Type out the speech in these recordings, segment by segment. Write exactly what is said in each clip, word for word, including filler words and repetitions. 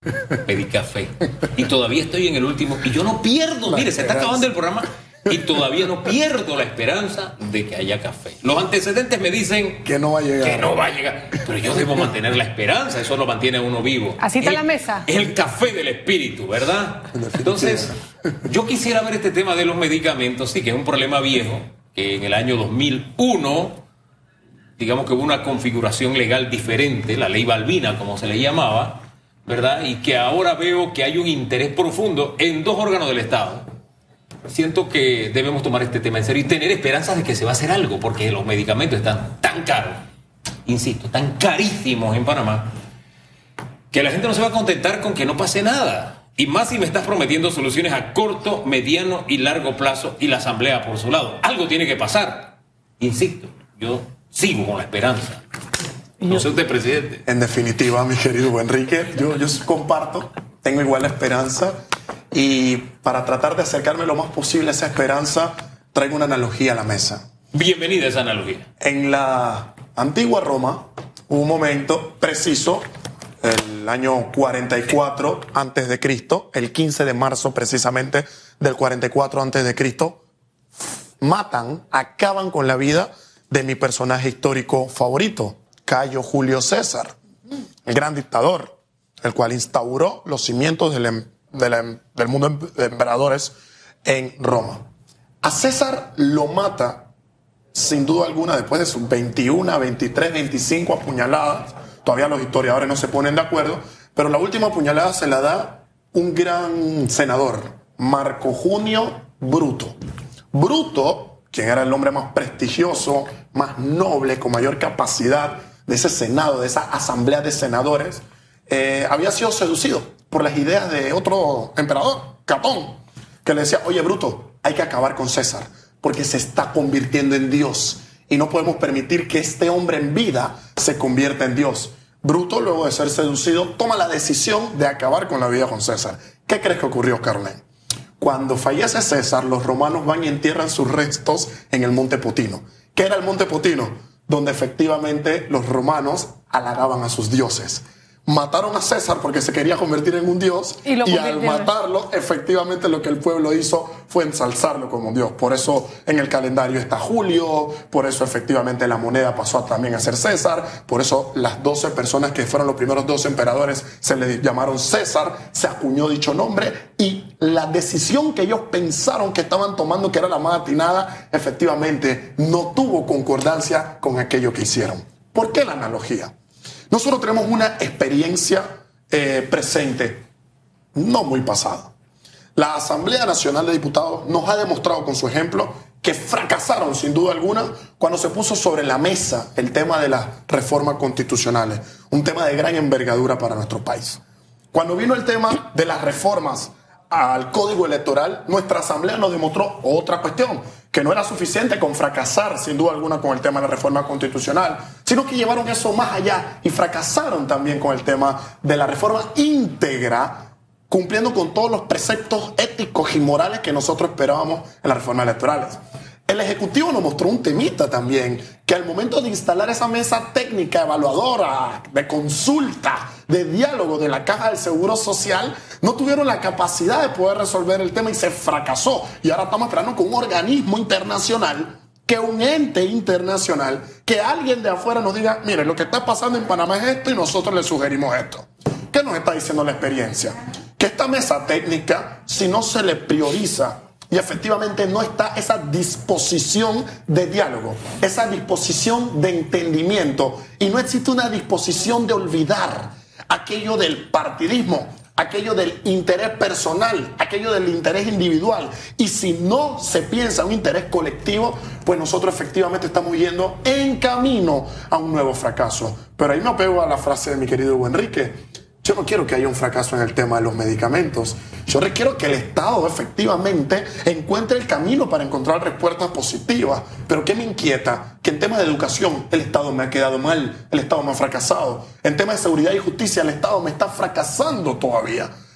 pedí café. Y todavía estoy en el último. Y yo no pierdo, La mire, se está esperanza. acabando el programa. Y todavía no pierdo la esperanza de que haya café. Los antecedentes me dicen Que no va a llegar. que no va a llegar. Pero yo debo mantener la esperanza, eso lo mantiene a uno vivo. Así está El- la mesa. Es el café del espíritu, ¿verdad? En definitiva. Entonces, yo quisiera ver este tema de los medicamentos, sí, que es un problema viejo, que en el año dos mil uno, digamos que hubo una configuración legal diferente, la ley Balbina, como se le llamaba, ¿verdad? Y que ahora veo que hay un interés profundo en dos órganos del Estado. Siento que debemos tomar este tema en serio y tener esperanzas de que se va a hacer algo, porque los medicamentos están tan caros, insisto, tan carísimos en Panamá, que la gente no se va a contentar con que no pase nada. Y más si me estás prometiendo soluciones a corto, mediano y largo plazo y la Asamblea por su lado. Algo tiene que pasar. Insisto, yo sigo con la esperanza. No sé usted, presidente. En definitiva, mi querido Enrique, yo, yo comparto, tengo igual la esperanza y para tratar de acercarme lo más posible a esa esperanza, traigo una analogía a la mesa. Bienvenida a esa analogía. En la antigua Roma hubo un momento preciso, el año cuarenta y cuatro antes de Cristo, el quince de marzo precisamente del cuarenta y cuatro antes de Cristo, matan, acaban con la vida de mi personaje histórico favorito, Cayo Julio César, el gran dictador, el cual instauró los cimientos del, em- del em- del mundo em- de emperadores en Roma. A César lo mata, sin duda alguna, después de sus veintiuna, veintitrés, veinticinco apuñaladas. Todavía los historiadores no se ponen de acuerdo, pero la última apuñalada se la da un gran senador, Marco Junio Bruto. Bruto, quien era el hombre más prestigioso, más noble, con mayor capacidad de ese senado, de esa asamblea de senadores, eh, había sido seducido por las ideas de otro emperador, Catón, que le decía: oye, Bruto, hay que acabar con César, porque se está convirtiendo en Dios y no podemos permitir que este hombre en vida se convierta en Dios. Bruto, luego de ser seducido, toma la decisión de acabar con la vida con César. ¿Qué crees que ocurrió, Carmen? Cuando fallece César, los romanos van y entierran sus restos en el Monte Potino. ¿Qué era el Monte Potino? Donde efectivamente los romanos halagaban a sus dioses. Mataron a César porque se quería convertir en un dios Y lo y al convirtieron. matarlo, efectivamente lo que el pueblo hizo fue ensalzarlo como un dios. Por eso en el calendario está Julio, por eso efectivamente la moneda pasó a también a ser César, por eso las doce personas que fueron los primeros doce emperadores se les llamaron César, se acuñó dicho nombre y la decisión que ellos pensaron que estaban tomando, que era la más atinada, efectivamente no tuvo concordancia con aquello que hicieron. ¿Por qué la analogía? Nosotros tenemos una experiencia eh, presente, no muy pasada. La Asamblea Nacional de Diputados nos ha demostrado con su ejemplo que fracasaron sin duda alguna cuando se puso sobre la mesa el tema de las reformas constitucionales, un tema de gran envergadura para nuestro país. Cuando vino el tema de las reformas al Código Electoral, nuestra Asamblea nos demostró otra cuestión, que no era suficiente con fracasar sin duda alguna con el tema de la reforma constitucional, sino que llevaron eso más allá y fracasaron también con el tema de la reforma íntegra, cumpliendo con todos los preceptos éticos y morales que nosotros esperábamos en las reformas electorales. El Ejecutivo nos mostró un temita también, que al momento de instalar esa mesa técnica evaluadora, de consulta, de diálogo de la Caja del Seguro Social, no tuvieron la capacidad de poder resolver el tema y se fracasó. Y ahora estamos esperando con un organismo internacional, que un ente internacional, que alguien de afuera nos diga: mire, lo que está pasando en Panamá es esto y nosotros le sugerimos esto. ¿Qué nos está diciendo la experiencia? Que esta mesa técnica, si no se le prioriza y efectivamente no está esa disposición de diálogo, esa disposición de entendimiento, y no existe una disposición de olvidar aquello del partidismo, aquello del interés personal, aquello del interés individual, y si no se piensa en un interés colectivo, pues nosotros efectivamente estamos yendo en camino a un nuevo fracaso. Pero ahí me apego a la frase de mi querido Hugo Enrique. Yo no quiero que haya un fracaso en el tema de los medicamentos. Yo requiero que el Estado efectivamente encuentre el camino para encontrar respuestas positivas. Pero ¿qué me inquieta? Que en temas de educación el Estado me ha quedado mal, el Estado me ha fracasado. En temas de seguridad y justicia el Estado me está fracasando todavía.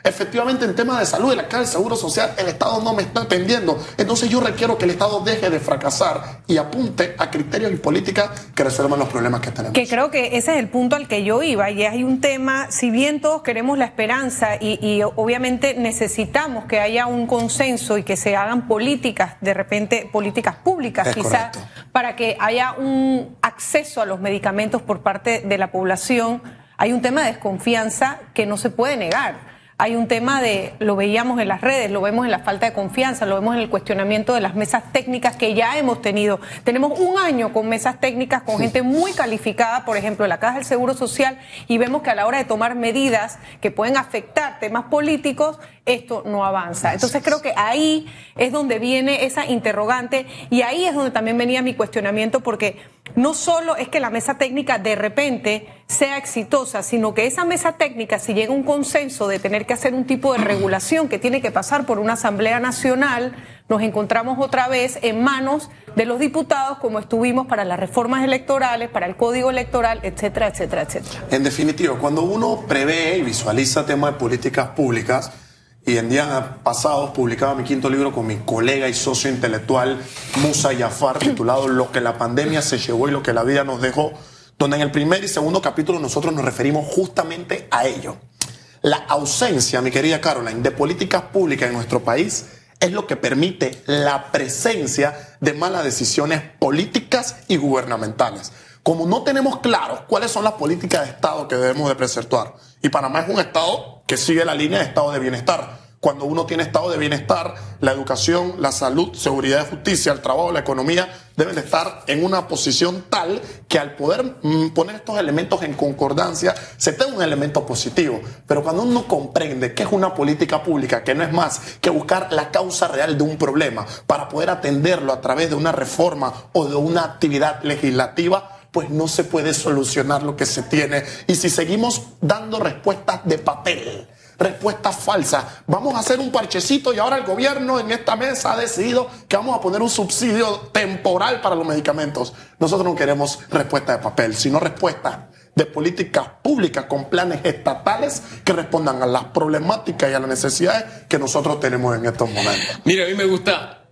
Efectivamente, en tema de salud, en la caja del Seguro Social, el Estado no me está atendiendo. Entonces yo requiero que el Estado deje de fracasar y apunte a criterios y políticas que resuelvan los problemas que tenemos. Que creo que ese es el punto al que yo iba, y hay un tema, si bien todos queremos la esperanza y, y obviamente necesitamos que haya un consenso y que se hagan políticas, de repente políticas públicas quizás, para que haya un acceso a los medicamentos por parte de la población, hay un tema de desconfianza que no se puede negar. Hay un tema de, lo veíamos en las redes, lo vemos en la falta de confianza, lo vemos en el cuestionamiento de las mesas técnicas que ya hemos tenido. Tenemos un año con mesas técnicas, con gente muy calificada, por ejemplo, en la Caja del Seguro Social, y vemos que a la hora de tomar medidas que pueden afectar temas políticos, esto no avanza. Entonces creo que ahí es donde viene esa interrogante, y ahí es donde también venía mi cuestionamiento, porque no solo es que la mesa técnica de repente sea exitosa, sino que esa mesa técnica, si llega a un consenso de tener que hacer un tipo de regulación que tiene que pasar por una Asamblea Nacional, nos encontramos otra vez en manos de los diputados, como estuvimos para las reformas electorales, para el Código Electoral, etcétera, etcétera, etcétera. En definitiva, cuando uno prevé y visualiza temas de políticas públicas, y en días pasados publicaba mi quinto libro con mi colega y socio intelectual Musa Jafar, titulado Lo que la pandemia se llevó y lo que la vida nos dejó, donde en el primer y segundo capítulo nosotros nos referimos justamente a ello. La ausencia, mi querida Caroline, de políticas públicas en nuestro país es lo que permite la presencia de malas decisiones políticas y gubernamentales. Como no tenemos claros cuáles son las políticas de Estado que debemos de preservar, y Panamá es un Estado que sigue la línea de Estado de bienestar. Cuando uno tiene Estado de bienestar, la educación, la salud, seguridad y justicia, el trabajo, la economía deben de estar en una posición tal que al poder mm, poner estos elementos en concordancia se tenga un elemento positivo. Pero cuando uno comprende que es una política pública, que no es más que buscar la causa real de un problema para poder atenderlo a través de una reforma o de una actividad legislativa, pues no se puede solucionar lo que se tiene. Y si seguimos dando respuestas de papel, respuestas falsas, vamos a hacer un parchecito y ahora el gobierno en esta mesa ha decidido que vamos a poner un subsidio temporal para los medicamentos. Nosotros no queremos respuesta de papel, sino respuesta de políticas públicas con planes estatales que respondan a las problemáticas y a las necesidades que nosotros tenemos en estos momentos. Mira, a mí me gusta,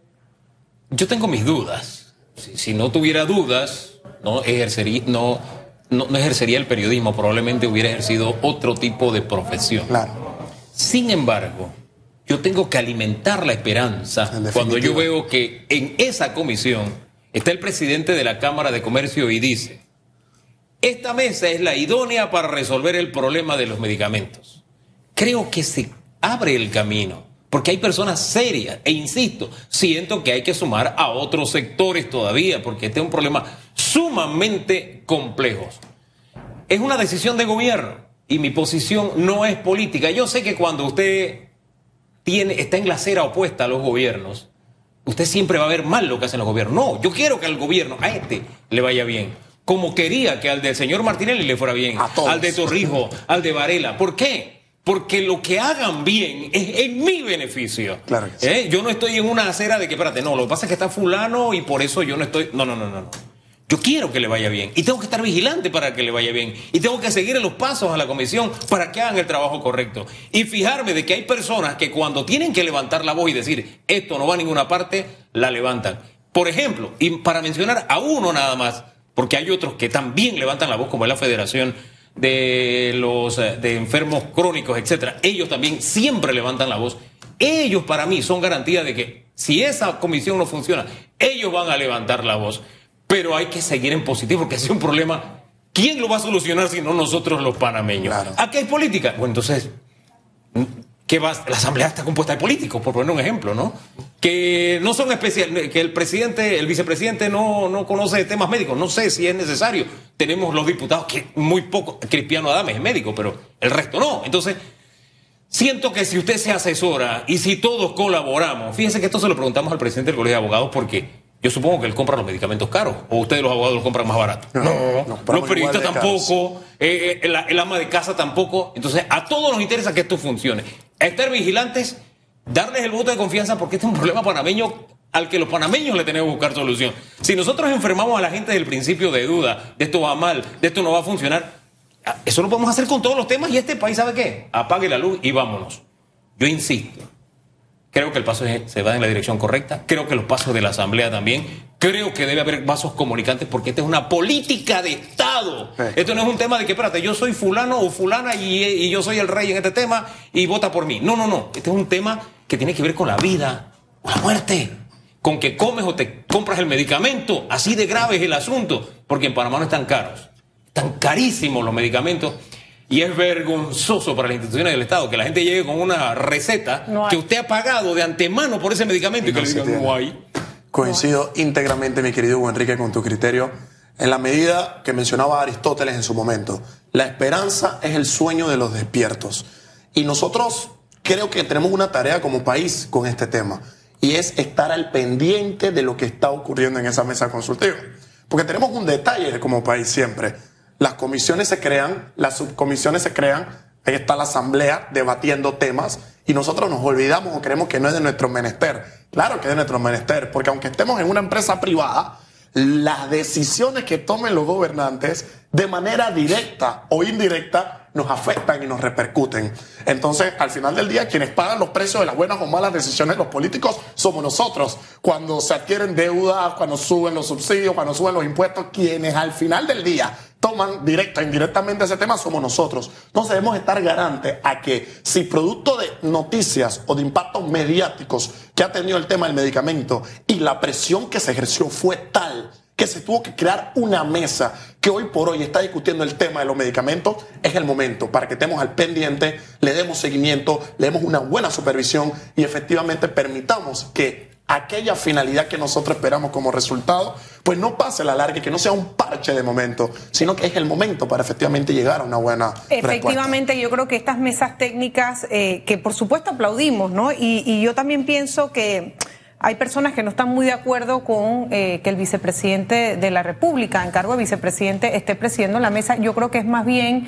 yo tengo mis dudas. Si, si no tuviera dudas, no ejercería, no, no, no ejercería el periodismo, probablemente hubiera ejercido otro tipo de profesión. Claro. Sin embargo, yo tengo que alimentar la esperanza cuando yo veo que en esa comisión está el presidente de la Cámara de Comercio y dice: esta mesa es la idónea para resolver el problema de los medicamentos. Creo que se abre el camino, porque hay personas serias, e insisto, siento que hay que sumar a otros sectores todavía, porque este es un problema sumamente complejo. Es una decisión de gobierno y mi posición no es política. Yo sé que cuando usted tiene, está en la acera opuesta a los gobiernos, usted siempre va a ver mal lo que hacen los gobiernos. No, yo quiero que al gobierno, a este, le vaya bien, como quería que al del señor Martinelli le fuera bien, al de Torrijos, al de Varela. ¿Por qué? Porque lo que hagan bien es en mi beneficio. Claro que sí. ¿Eh? Yo no estoy en una acera de que, espérate, no, lo que pasa es que está fulano y por eso yo no estoy... No, no, no, no. Yo quiero que le vaya bien y tengo que estar vigilante para que le vaya bien y tengo que seguir en los pasos a la comisión para que hagan el trabajo correcto y fijarme de que hay personas que cuando tienen que levantar la voz y decir esto no va a ninguna parte, la levantan. Por ejemplo, y para mencionar a uno nada más, porque hay otros que también levantan la voz, como es la Federación de los de enfermos crónicos, etcétera. Ellos también siempre levantan la voz. Ellos para mí son garantía de que si esa comisión no funciona, ellos van a levantar la voz. Pero hay que seguir en positivo, porque es un problema. ¿Quién lo va a solucionar si no nosotros los panameños? Claro. ¿Aquí hay política? Bueno, entonces, ¿qué va? La asamblea está compuesta de políticos, por poner un ejemplo, ¿no? Que no son especiales, que el presidente, el vicepresidente no, no conoce de temas médicos. No sé si es necesario. Tenemos los diputados que muy poco, Cristiano Adames es médico, pero el resto no. Entonces, siento que si usted se asesora y si todos colaboramos, fíjense que esto se lo preguntamos al presidente del Colegio de Abogados porque yo supongo que él compra los medicamentos caros, o ustedes los abogados los compran más baratos. No, no, no los periodistas tampoco, eh, el, el ama de casa tampoco. Entonces, a todos nos interesa que esto funcione. Estar vigilantes, darles el voto de confianza, porque este es un problema panameño al que los panameños le tenemos que buscar solución. Si nosotros enfermamos a la gente desde el principio de duda, de esto va mal, de esto no va a funcionar, eso lo podemos hacer con todos los temas y este país, ¿sabe qué? Apague la luz y vámonos. Yo insisto, creo que el paso se va en la dirección correcta, creo que los pasos de la Asamblea también, creo que debe haber vasos comunicantes porque esta es una política de Estado. Sí. Esto no es un tema de que, espérate, yo soy fulano o fulana y, y yo soy el rey en este tema y vota por mí. No, no, no. Este es un tema que tiene que ver con la vida o la muerte, con que comes o te compras el medicamento. Así de grave es el asunto, porque en Panamá no están caros. Están carísimos los medicamentos. Y es vergonzoso para las instituciones del Estado que la gente llegue con una receta no que usted ha pagado de antemano por ese medicamento y, y que no le digan no hay. Coincido no. íntegramente, mi querido Hugo Enrique, con tu criterio. En la medida que mencionaba Aristóteles en su momento, la esperanza es el sueño de los despiertos. Y nosotros creo que tenemos una tarea como país con este tema. Y es estar al pendiente de lo que está ocurriendo en esa mesa consultiva. Porque tenemos un detalle como país siempre. Las comisiones se crean, las subcomisiones se crean, ahí está la asamblea debatiendo temas y nosotros nos olvidamos o creemos que no es de nuestro menester. Claro que es de nuestro menester, porque aunque estemos en una empresa privada, las decisiones que tomen los gobernantes de manera directa o indirecta nos afectan y nos repercuten. Entonces, al final del día, quienes pagan los precios de las buenas o malas decisiones de los políticos somos nosotros. Cuando se adquieren deudas, cuando suben los subsidios, cuando suben los impuestos, quienes al final del día toman directa e indirectamente ese tema somos nosotros. Entonces debemos estar garantes a que si producto de noticias o de impactos mediáticos que ha tenido el tema del medicamento y la presión que se ejerció fue tal que se tuvo que crear una mesa que hoy por hoy está discutiendo el tema de los medicamentos, es el momento para que estemos al pendiente, le demos seguimiento, le demos una buena supervisión y efectivamente permitamos que aquella finalidad que nosotros esperamos como resultado, pues no pase a la larga, que no sea un parche de momento, sino que es el momento para efectivamente llegar a una buena Efectivamente, respuesta. Yo creo que estas mesas técnicas, eh, que por supuesto aplaudimos, ¿no? Y, y yo también pienso que hay personas que no están muy de acuerdo con eh, que el vicepresidente de la República, en cargo de vicepresidente, esté presidiendo la mesa. Yo creo que es más bien...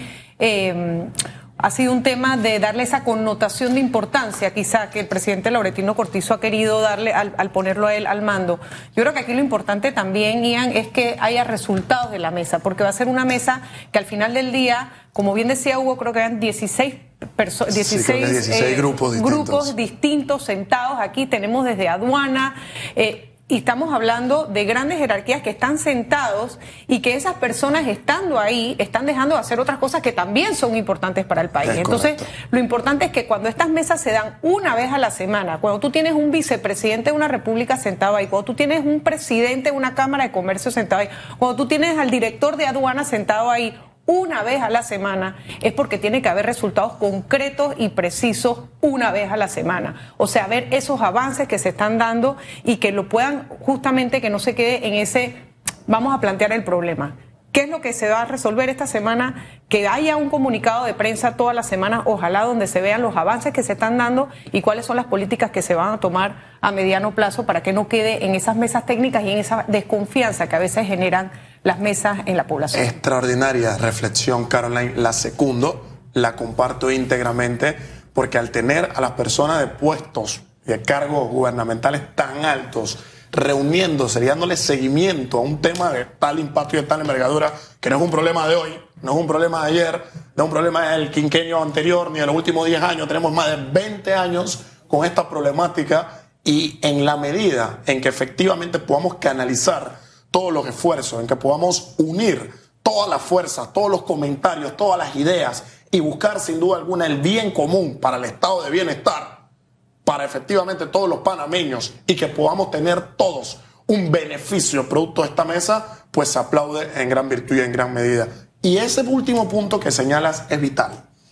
Eh, ha sido un tema de darle esa connotación de importancia, quizá, que el presidente Laurentino Cortizo ha querido darle al, al ponerlo a él al mando. Yo creo que aquí lo importante también, Ian, es que haya resultados de la mesa, porque va a ser una mesa que al final del día, como bien decía Hugo, creo que eran dieciséis personas, dieciséis, sí, dieciséis eh, grupos, distintos. grupos distintos sentados aquí. Tenemos desde aduana, eh, y estamos hablando de grandes jerarquías que están sentados y que esas personas estando ahí están dejando de hacer otras cosas que también son importantes para el país. Es Entonces, correcto. Lo importante es que cuando estas mesas se dan una vez a la semana, cuando tú tienes un vicepresidente de una república sentado ahí, cuando tú tienes un presidente de una cámara de comercio sentado ahí, cuando tú tienes al director de aduana sentado ahí, una vez a la semana, es porque tiene que haber resultados concretos y precisos una vez a la semana. O sea, ver esos avances que se están dando y que lo puedan, justamente, que no se quede en ese, vamos a plantear el problema. ¿Qué es lo que se va a resolver esta semana? Que haya un comunicado de prensa todas las semanas, ojalá, donde se vean los avances que se están dando y cuáles son las políticas que se van a tomar a mediano plazo para que no quede en esas mesas técnicas y en esa desconfianza que a veces generan las mesas en la población. Extraordinaria reflexión, Caroline. La secundo, la comparto íntegramente, porque al tener a las personas de puestos y de cargos gubernamentales tan altos reuniéndose y dándole seguimiento a un tema de tal impacto y de tal envergadura, que no es un problema de hoy, no es un problema de ayer, no es un problema del quinquenio anterior ni de los últimos diez años, tenemos más de veinte años con esta problemática y en la medida en que efectivamente podamos canalizar todos los esfuerzos, en que podamos unir todas las fuerzas, todos los comentarios, todas las ideas y buscar sin duda alguna el bien común para el estado de bienestar, para efectivamente todos los panameños y que podamos tener todos un beneficio producto de esta mesa, pues se aplaude en gran virtud y en gran medida. Y ese último punto que señalas es vital,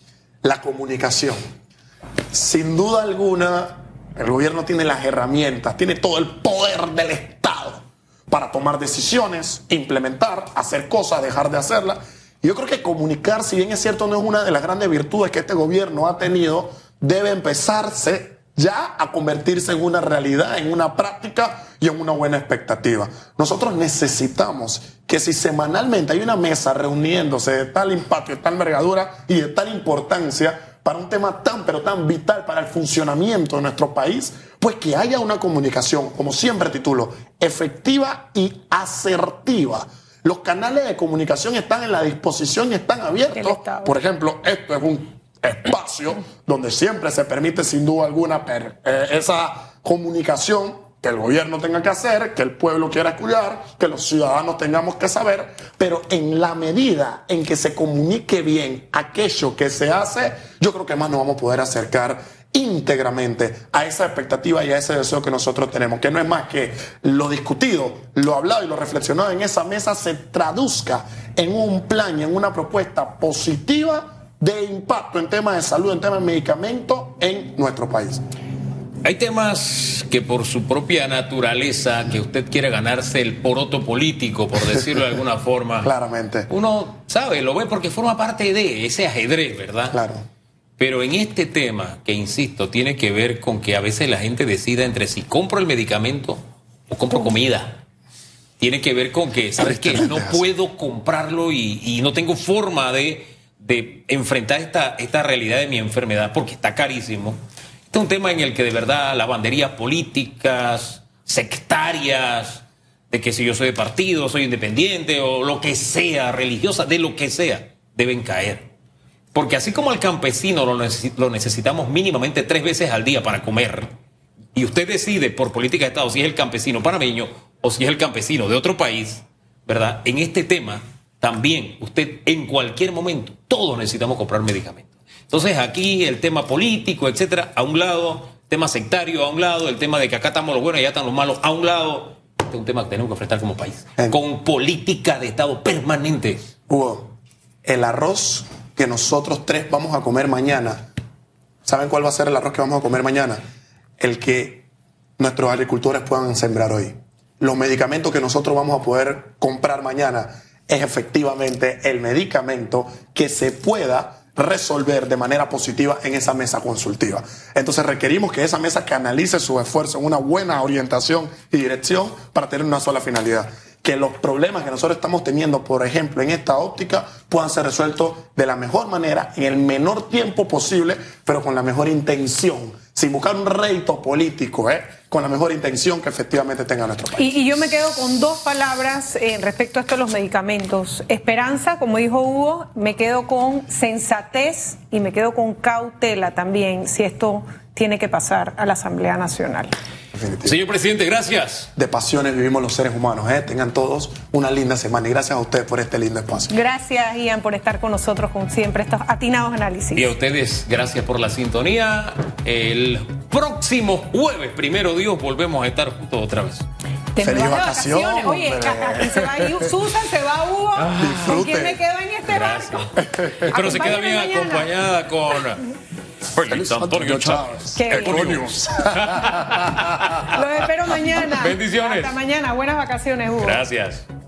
la comunicación. Sin duda alguna, el gobierno tiene las herramientas, tiene todo el poder del Estado para tomar decisiones, implementar, hacer cosas, dejar de hacerlas. Y yo creo que comunicar, si bien es cierto, no es una de las grandes virtudes que este gobierno ha tenido, debe empezarse ya a convertirse en una realidad, en una práctica y en una buena expectativa. Nosotros necesitamos que si semanalmente hay una mesa reuniéndose de tal impacto, de tal envergadura y de tal importancia para un tema tan pero tan vital para el funcionamiento de nuestro país, pues que haya una comunicación, como siempre titulo, efectiva y asertiva. Los canales de comunicación están en la disposición y están abiertos. Por ejemplo, esto es un espacio donde siempre se permite sin duda alguna per, eh, esa comunicación que el gobierno tenga que hacer, que el pueblo quiera escuchar, que los ciudadanos tengamos que saber, pero en la medida en que se comunique bien aquello que se hace, yo creo que más nos vamos a poder acercar íntegramente a esa expectativa y a ese deseo que nosotros tenemos, que no es más que lo discutido, lo hablado y lo reflexionado en esa mesa se traduzca en un plan y en una propuesta positiva de impacto en temas de salud, en temas de medicamentos en nuestro país. Hay temas que por su propia naturaleza, que usted quiere ganarse el poroto político, por decirlo de alguna forma. Claramente. Uno sabe, lo ve porque forma parte de ese ajedrez, ¿verdad? Claro. Pero en este tema, que insisto, tiene que ver con que a veces la gente decida entre si compro el medicamento o compro comida. Tiene que ver con que, ¿sabes qué? No puedo comprarlo y, y no tengo forma de, de enfrentar esta, esta realidad de mi enfermedad porque está carísimo. Este es un tema en el que de verdad las banderías políticas, sectarias, de que si yo soy de partido, soy independiente o lo que sea, religiosa, de lo que sea, deben caer. Porque así como al campesino lo, necesi- lo necesitamos mínimamente tres veces al día para comer, y usted decide por política de Estado si es el campesino panameño o si es el campesino de otro país, ¿verdad? En este tema también usted en cualquier momento, todos necesitamos comprar medicamentos. Entonces aquí el tema político, etcétera, a un lado, tema sectario a un lado, el tema de que acá estamos los buenos y allá están los malos a un lado. Este es un tema que tenemos que enfrentar como país, en... con política de Estado permanente. Hugo, el arroz que nosotros tres vamos a comer mañana, ¿saben cuál va a ser el arroz que vamos a comer mañana? El que nuestros agricultores puedan sembrar hoy. Los medicamentos que nosotros vamos a poder comprar mañana es efectivamente el medicamento que se pueda resolver de manera positiva en esa mesa consultiva. Entonces requerimos que esa mesa canalice su esfuerzo en una buena orientación y dirección para tener una sola finalidad. Que los problemas que nosotros estamos teniendo, por ejemplo, en esta óptica, puedan ser resueltos de la mejor manera, en el menor tiempo posible, pero con la mejor intención, sin buscar un rédito político, ¿eh? Con la mejor intención que efectivamente tenga nuestro país. Y, y yo me quedo con dos palabras eh, respecto a esto de los medicamentos. Esperanza, como dijo Hugo, me quedo con sensatez y me quedo con cautela también, si esto tiene que pasar a la Asamblea Nacional. Señor presidente, gracias. De pasiones vivimos los seres humanos, ¿eh? Tengan todos una linda semana y gracias a ustedes por este lindo espacio. Gracias, Ian, por estar con nosotros, como siempre, estos atinados análisis. Y a ustedes, gracias por la sintonía. El próximo jueves, primero Dios, volvemos a estar juntos otra vez. Te Feliz me vas de vacación, vacaciones. Oye, hombre. aquí se va Susan, se va Hugo. Disfrute. ¿Con quién me quedo en este Gracias. barco? Pero se queda Acompáñame bien mañana. acompañada con Félix Antonio Chávez. Qué bien. Econius. Los espero mañana. Bendiciones. Hasta mañana. Buenas vacaciones, Hugo. Gracias.